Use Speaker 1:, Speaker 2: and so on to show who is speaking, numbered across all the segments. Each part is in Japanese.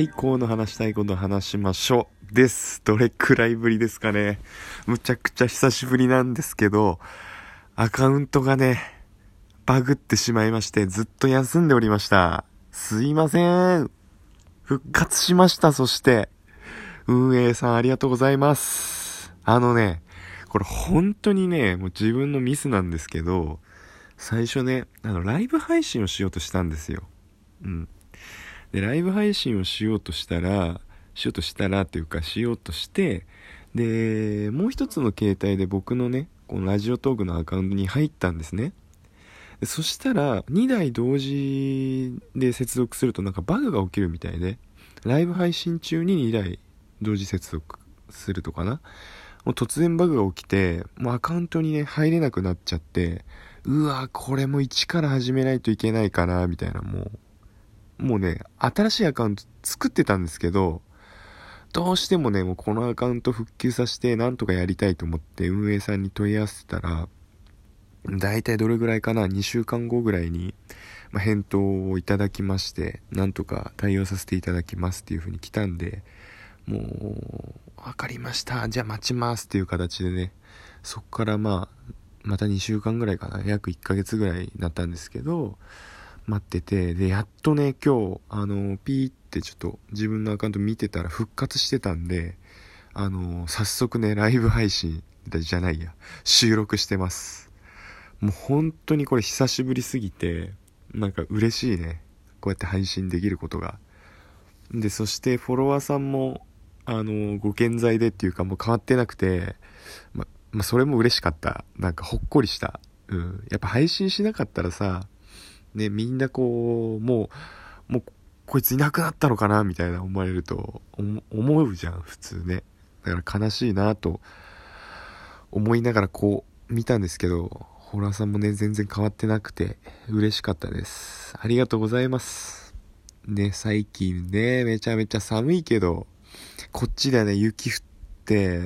Speaker 1: 最高の話したいこと話しましょうです。どれくらいぶりですかね。むちゃくちゃ久しぶりなんですけど、アカウントがねバグってしまいまして、ずっと休んでおりました。すいません。復活しました。そして運営さんありがとうございます。これ本当にね、もう自分のミスなんですけど、最初ね、ライブ配信をしようとしたんですよ。で、ライブ配信をしようとしたらっていうか、しようとして、で、もう一つの携帯で僕のね、このラジオトークのアカウントに入ったんですね。でそしたら、2台同時で接続するとなんかバグが起きるみたいで、ライブ配信中に2台同時接続するとかな。もう突然バグが起きて、もうアカウントにね、入れなくなっちゃって、うわ、これも一から始めないといけないかな、みたいな、もうね、新しいアカウント作ってたんですけど、どうしてもね、もうこのアカウント復旧させてなんとかやりたいと思って運営さんに問い合わせたら、だいたいどれぐらいかな、2週間後ぐらいに、返答をいただきまして、なんとか対応させていただきますっていう風に来たんで、もう、わかりました。じゃあ待ちますっていう形でね、そっからまた2週間ぐらいかな、約1ヶ月ぐらいになったんですけど、待ってて、で、やっとね、今日、ピーってちょっと自分のアカウント見てたら復活してたんで、早速ね、ライブ配信じゃないや、収録してます。もう本当にこれ久しぶりすぎて、なんか嬉しいね。こうやって配信できることが。で、そしてフォロワーさんも、ご健在でっていうかもう変わってなくて、それも嬉しかった。なんかほっこりした。やっぱ配信しなかったらさ、ね、みんなこう、もう、こいついなくなったのかなみたいな思われると、思うじゃん、普通ね。だから悲しいなと思いながらこう、見たんですけど、ホラーさんもね、全然変わってなくて、嬉しかったです。ありがとうございます。ね、最近ね、めちゃめちゃ寒いけど、こっちではね、雪降って、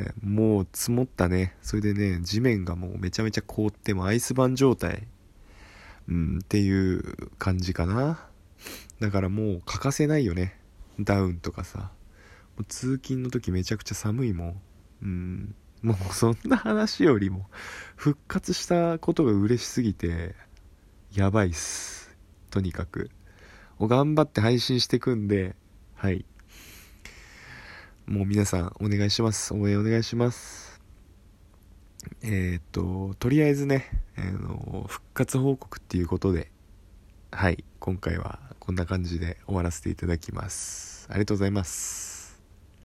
Speaker 1: もう積もったね。それでね、地面がもうめちゃめちゃ凍ってもアイスバン状態。っていう感じかな。だからもう欠かせないよね。ダウンとかさ。もう通勤の時めちゃくちゃ寒いもん。もうそんな話よりも、復活したことが嬉しすぎて、やばいっす。とにかく。頑張って配信してくんで、はい。もう皆さんお願いします。応援お願いします。とりあえずね、復活報告っていうことで、はい、今回はこんな感じで終わらせていただきます。ありがとうございます。